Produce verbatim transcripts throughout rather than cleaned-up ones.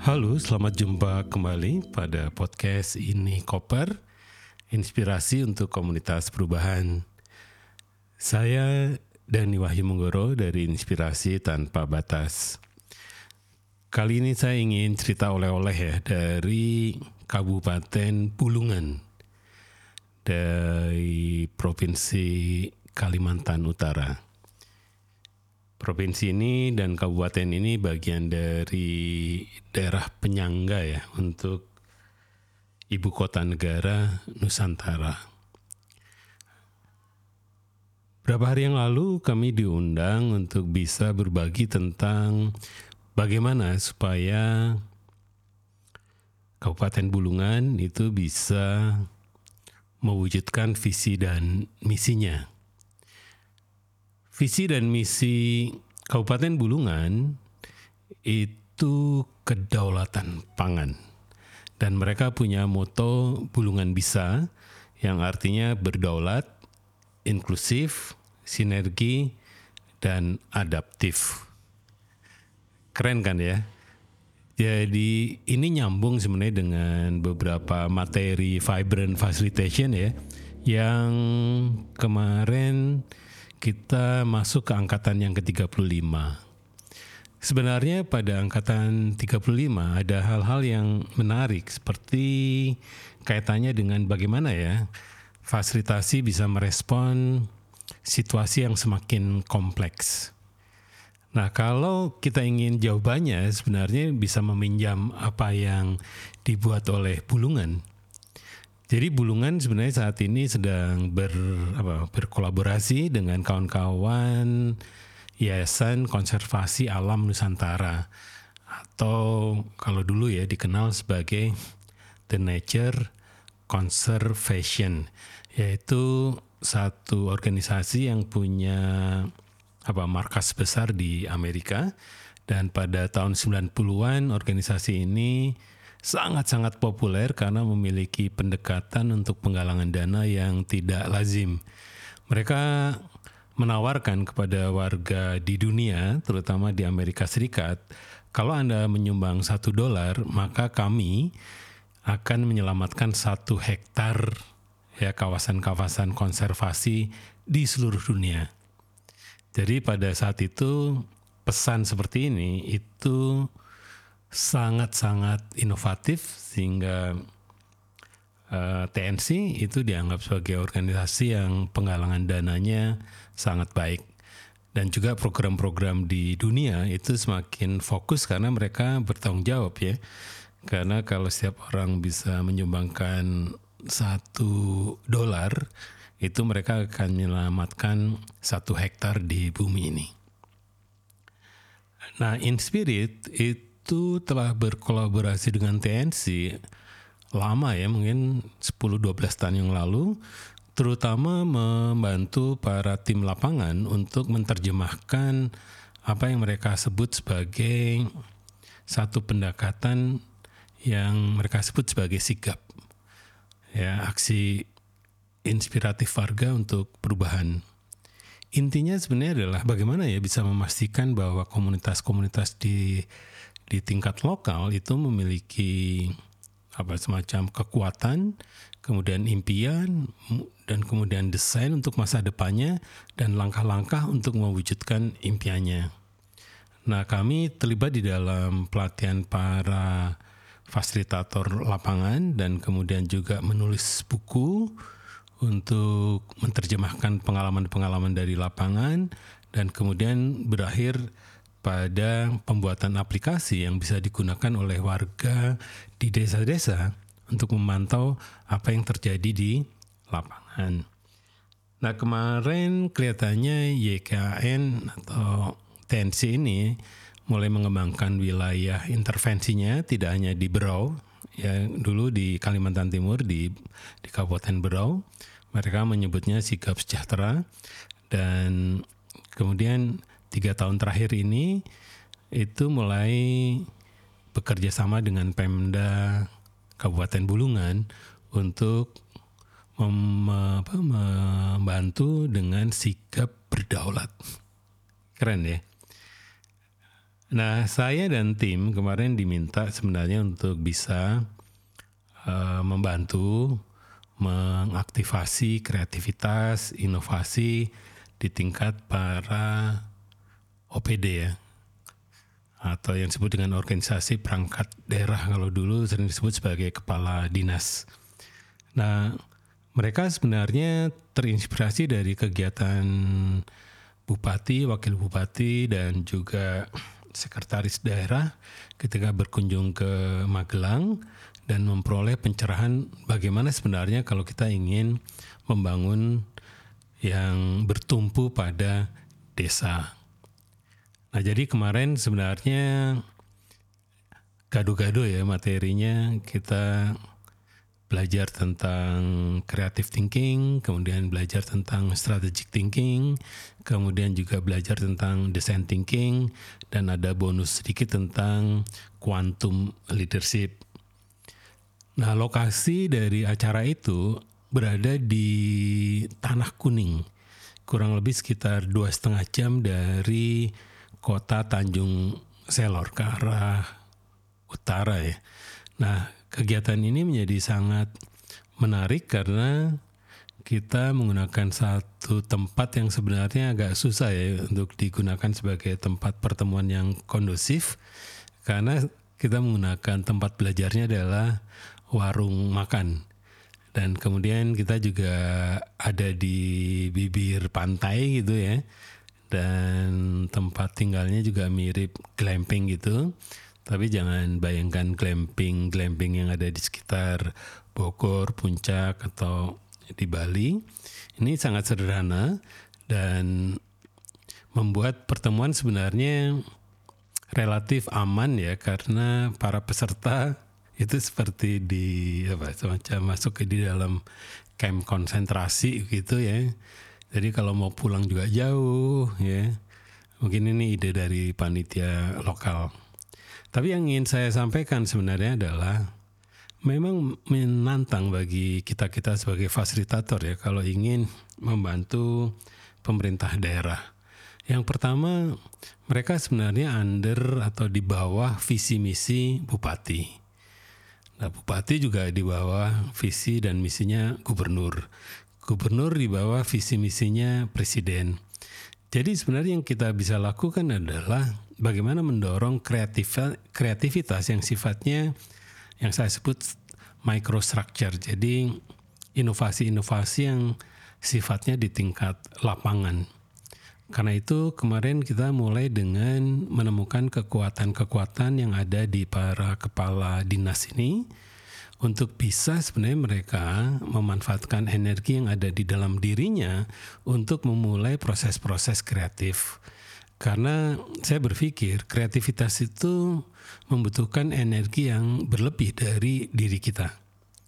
Halo, selamat jumpa kembali pada podcast Ini Koper, inspirasi untuk komunitas perubahan. Saya Dani Wahyu Munggoro dari Inspirasi Tanpa Batas. Kali ini saya ingin cerita oleh-oleh ya dari Kabupaten Bulungan, dari Provinsi Kalimantan Utara. Provinsi ini dan kabupaten ini bagian dari daerah penyangga ya untuk ibu kota negara Nusantara. Beberapa hari yang lalu kami diundang untuk bisa berbagi tentang bagaimana supaya Kabupaten Bulungan itu bisa mewujudkan visi dan misinya. Visi dan misi Kabupaten Bulungan itu kedaulatan pangan. Dan mereka punya moto Bulungan Bisa yang artinya berdaulat, inklusif, sinergi, dan adaptif. Keren kan ya? Jadi ini nyambung sebenarnya dengan beberapa materi vibrant facilitation ya, yang kemarin kita masuk ke angkatan yang ke tiga puluh lima. Sebenarnya pada angkatan tiga puluh lima ada hal-hal yang menarik seperti kaitannya dengan bagaimana ya fasilitasi bisa merespon situasi yang semakin kompleks. Nah, kalau kita ingin jawabannya sebenarnya bisa meminjam apa yang dibuat oleh Bulungan. Jadi Bulungan sebenarnya saat ini sedang ber, apa, berkolaborasi dengan kawan-kawan Yayasan Konservasi Alam Nusantara, atau kalau dulu ya dikenal sebagai The Nature Conservation, yaitu satu organisasi yang punya apa markas besar di Amerika, dan pada tahun sembilan puluhan organisasi ini sangat-sangat populer karena memiliki pendekatan untuk penggalangan dana yang tidak lazim. Mereka menawarkan kepada warga di dunia, terutama di Amerika Serikat, kalau Anda menyumbang satu dolar, maka kami akan menyelamatkan satu hektar ya kawasan-kawasan konservasi di seluruh dunia. Jadi pada saat itu pesan seperti ini itu sangat-sangat inovatif sehingga uh, T N C itu dianggap sebagai organisasi yang penggalangan dananya sangat baik. Dan juga program-program di dunia itu semakin fokus karena mereka bertanggung jawab ya. Karena kalau setiap orang bisa menyumbangkan satu dolar, itu mereka akan menyelamatkan satu hektar di bumi ini. Nah, Inspirit itu itu telah berkolaborasi dengan T N C lama ya, mungkin sepuluh dua belas tahun yang lalu, terutama membantu para tim lapangan untuk menerjemahkan apa yang mereka sebut sebagai satu pendekatan yang mereka sebut sebagai sigap. Ya, aksi inspiratif warga untuk perubahan. Intinya sebenarnya adalah bagaimana ya bisa memastikan bahwa komunitas-komunitas di di tingkat lokal itu memiliki apa semacam kekuatan, kemudian impian, dan kemudian desain untuk masa depannya dan langkah-langkah untuk mewujudkan impiannya. Nah, kami terlibat di dalam pelatihan para fasilitator lapangan dan kemudian juga menulis buku untuk menerjemahkan pengalaman-pengalaman dari lapangan, dan kemudian berakhir pada pembuatan aplikasi yang bisa digunakan oleh warga di desa-desa untuk memantau apa yang terjadi di lapangan. Nah, kemarin kelihatannya Y K N atau T N C ini mulai mengembangkan wilayah intervensinya tidak hanya di Berau, ya dulu di Kalimantan Timur di di Kabupaten Berau, mereka menyebutnya Sigap Sejahtera, dan kemudian tiga tahun terakhir ini itu mulai bekerja sama dengan Pemda Kabupaten Bulungan untuk mem, apa, membantu dengan sigap berdaulat. Keren ya. Nah, saya dan tim kemarin diminta sebenarnya untuk bisa uh, membantu mengaktifasi kreativitas, inovasi di tingkat para O P D ya, atau yang disebut dengan organisasi perangkat daerah, kalau dulu sering disebut sebagai kepala dinas. Nah, mereka sebenarnya terinspirasi dari kegiatan bupati, wakil bupati, dan juga sekretaris daerah ketika berkunjung ke Magelang dan memperoleh pencerahan bagaimana sebenarnya kalau kita ingin membangun yang bertumpu pada desa. Nah, jadi kemarin sebenarnya gado-gado ya materinya. Kita belajar tentang creative thinking, kemudian belajar tentang strategic thinking, kemudian juga belajar tentang design thinking, dan ada bonus sedikit tentang quantum leadership. Nah, lokasi dari acara itu berada di Tanah Kuning, kurang lebih sekitar dua setengah jam dari kota Tanjung Selor ke arah utara ya. Nah, kegiatan ini menjadi sangat menarik karena kita menggunakan satu tempat yang sebenarnya agak susah ya untuk digunakan sebagai tempat pertemuan yang kondusif, karena kita menggunakan tempat belajarnya adalah warung makan. Dan kemudian kita juga ada di bibir pantai gitu ya. Dan tempat tinggalnya juga mirip glamping gitu. Tapi jangan bayangkan glamping-glamping yang ada di sekitar Bogor, Puncak, atau di Bali. Ini sangat sederhana dan membuat pertemuan sebenarnya relatif aman ya, karena para peserta itu seperti di apa semacam masuk ke di dalam camp konsentrasi gitu ya. Jadi kalau mau pulang juga jauh ya. Mungkin ini ide dari panitia lokal. Tapi yang ingin saya sampaikan sebenarnya adalah memang menantang bagi kita-kita sebagai fasilitator ya kalau ingin membantu pemerintah daerah. Yang pertama, mereka sebenarnya under atau di bawah visi misi bupati. Nah, bupati juga di bawah visi dan misinya gubernur. Gubernur di bawah visi misinya presiden. Jadi sebenarnya yang kita bisa lakukan adalah bagaimana mendorong kreatif, kreativitas yang sifatnya yang saya sebut microstructure. Jadi inovasi-inovasi yang sifatnya di tingkat lapangan. Karena itu kemarin kita mulai dengan menemukan kekuatan-kekuatan yang ada di para kepala dinas ini untuk bisa sebenarnya mereka memanfaatkan energi yang ada di dalam dirinya untuk memulai proses-proses kreatif. Karena saya berpikir kreativitas itu membutuhkan energi yang berlebih dari diri kita.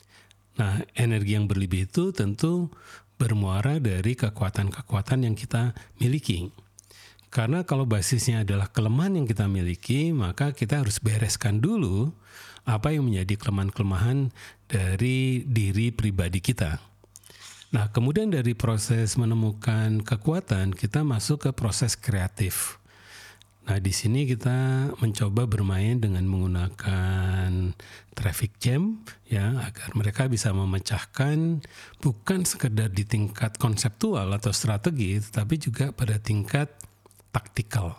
Nah, energi yang berlebih itu tentu bermuara dari kekuatan-kekuatan yang kita miliki. Karena kalau basisnya adalah kelemahan yang kita miliki, maka kita harus bereskan dulu apa yang menjadi kelemahan-kelemahan dari diri pribadi kita. Nah, kemudian dari proses menemukan kekuatan, kita masuk ke proses kreatif. Nah, di sini kita mencoba bermain dengan menggunakan traffic jam ya, agar mereka bisa memecahkan bukan sekedar di tingkat konseptual atau strategi, tetapi juga pada tingkat taktikal.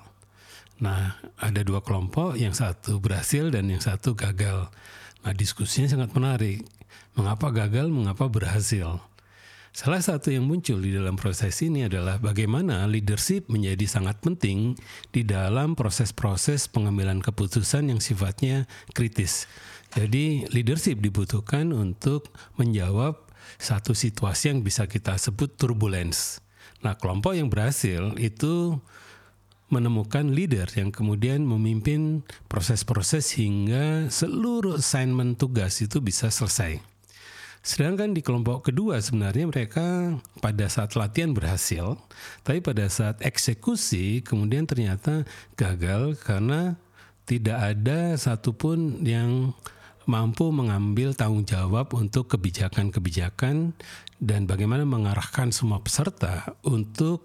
Nah, ada dua kelompok, yang satu berhasil dan yang satu gagal. Nah, diskusinya sangat menarik. Mengapa gagal, mengapa berhasil? Salah satu yang muncul di dalam proses ini adalah bagaimana leadership menjadi sangat penting di dalam proses-proses pengambilan keputusan yang sifatnya kritis. Jadi, leadership dibutuhkan untuk menjawab satu situasi yang bisa kita sebut turbulence. Nah, kelompok yang berhasil itu menemukan leader yang kemudian memimpin proses-proses hingga seluruh assignment tugas itu bisa selesai. Sedangkan di kelompok kedua sebenarnya mereka pada saat latihan berhasil, tapi pada saat eksekusi kemudian ternyata gagal karena tidak ada satupun yang mampu mengambil tanggung jawab untuk kebijakan-kebijakan dan bagaimana mengarahkan semua peserta untuk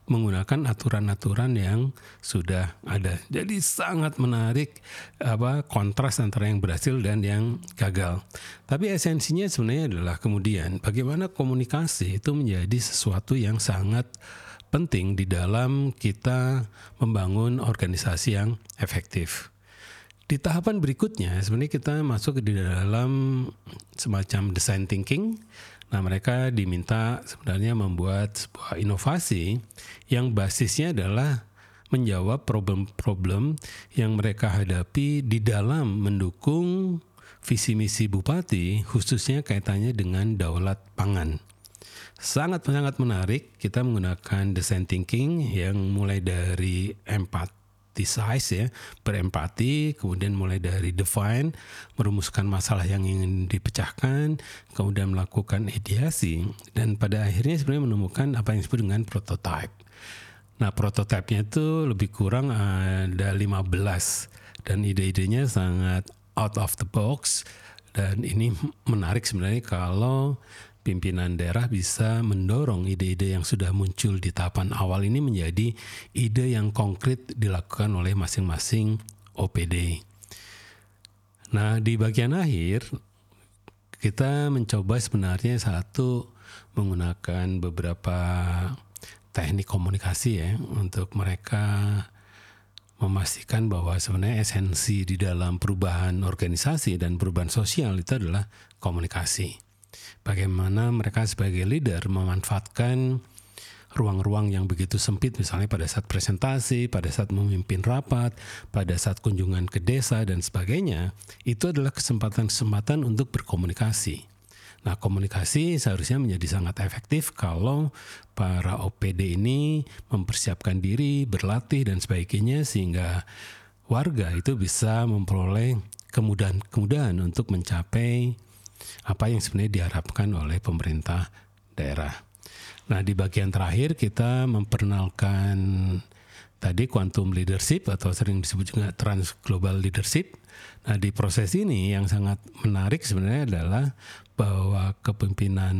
menggunakan aturan-aturan yang sudah ada. Jadi sangat menarik apa kontras antara yang berhasil dan yang gagal. Tapi esensinya sebenarnya adalah kemudian bagaimana komunikasi itu menjadi sesuatu yang sangat penting di dalam kita membangun organisasi yang efektif. Di tahapan berikutnya sebenarnya kita masuk di dalam semacam design thinking. Nah, mereka diminta sebenarnya membuat sebuah inovasi yang basisnya adalah menjawab problem-problem yang mereka hadapi di dalam mendukung visi misi Bupati, khususnya kaitannya dengan daulat pangan. Sangat-sangat menarik, kita menggunakan design thinking yang mulai dari empathize ya, berempati, kemudian mulai dari define, merumuskan masalah yang ingin dipecahkan, kemudian melakukan ideasi, dan pada akhirnya sebenarnya menemukan apa yang disebut dengan prototype. Nah, prototipenya itu lebih kurang ada lima belas dan ide-idenya sangat out of the box, dan ini menarik sebenarnya kalau pimpinan daerah bisa mendorong ide-ide yang sudah muncul di tahapan awal ini menjadi ide yang konkret dilakukan oleh masing-masing O P D. Nah, di bagian akhir kita mencoba sebenarnya satu menggunakan beberapa teknik komunikasi ya untuk mereka memastikan bahwa sebenarnya esensi di dalam perubahan organisasi dan perubahan sosial itu adalah komunikasi. Bagaimana mereka sebagai leader memanfaatkan ruang-ruang yang begitu sempit, misalnya pada saat presentasi, pada saat memimpin rapat, pada saat kunjungan ke desa dan sebagainya, itu adalah kesempatan-kesempatan untuk berkomunikasi. Nah, komunikasi seharusnya menjadi sangat efektif kalau para O P D ini mempersiapkan diri, berlatih dan sebagainya sehingga warga itu bisa memperoleh kemudahan-kemudahan untuk mencapai apa yang sebenarnya diharapkan oleh pemerintah daerah. Nah, di bagian terakhir kita memperkenalkan tadi quantum leadership atau sering disebut juga trans global leadership. Nah, di proses ini yang sangat menarik sebenarnya adalah bahwa kepemimpinan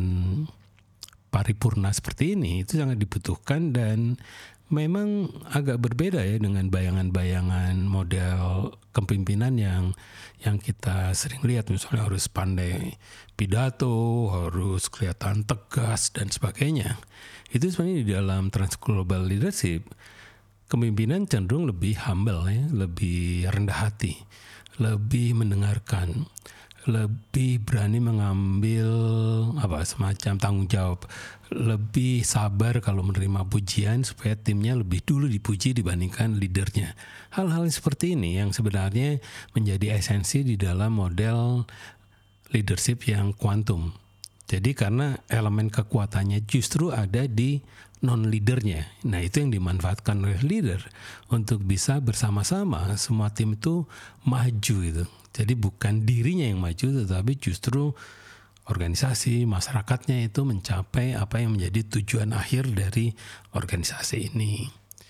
paripurna seperti ini itu sangat dibutuhkan dan memang agak berbeda ya dengan bayangan-bayangan model kepemimpinan yang yang kita sering lihat, misalnya harus pandai pidato, harus kelihatan tegas dan sebagainya. Itu sebenarnya di dalam trans global leadership kepemimpinan cenderung lebih humble ya, lebih rendah hati, lebih mendengarkan, lebih berani mengambil apa semacam tanggung jawab, lebih sabar kalau menerima pujian supaya timnya lebih dulu dipuji dibandingkan leadernya. Hal-hal seperti ini yang sebenarnya menjadi esensi di dalam model leadership yang kuantum. Jadi karena elemen kekuatannya justru ada di non-leadernya. Nah, itu yang dimanfaatkan oleh leader untuk bisa bersama-sama semua tim itu maju itu. Jadi bukan dirinya yang maju, tetapi justru organisasi, masyarakatnya itu mencapai apa yang menjadi tujuan akhir dari organisasi ini.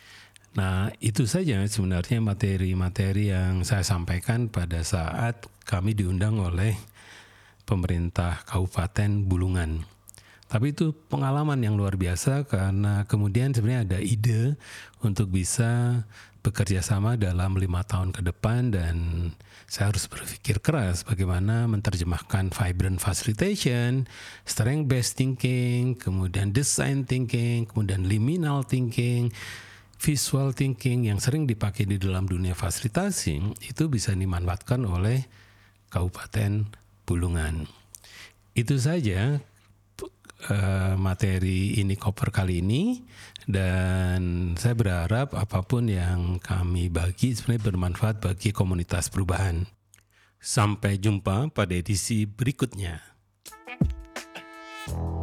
Nah, itu saja sebenarnya materi-materi yang saya sampaikan pada saat kami diundang oleh pemerintah Kabupaten Bulungan. Tapi itu pengalaman yang luar biasa karena kemudian sebenarnya ada ide untuk bisa bekerja sama dalam lima tahun ke depan dan saya harus berpikir keras bagaimana menerjemahkan vibrant facilitation, strength-based thinking, kemudian design thinking, kemudian liminal thinking, visual thinking yang sering dipakai di dalam dunia fasilitasi itu bisa dimanfaatkan oleh Kabupaten Bulungan. Itu saja uh, materi ini koper kali ini dan saya berharap apapun yang kami bagi sebenarnya bermanfaat bagi komunitas perubahan. Sampai jumpa pada edisi berikutnya.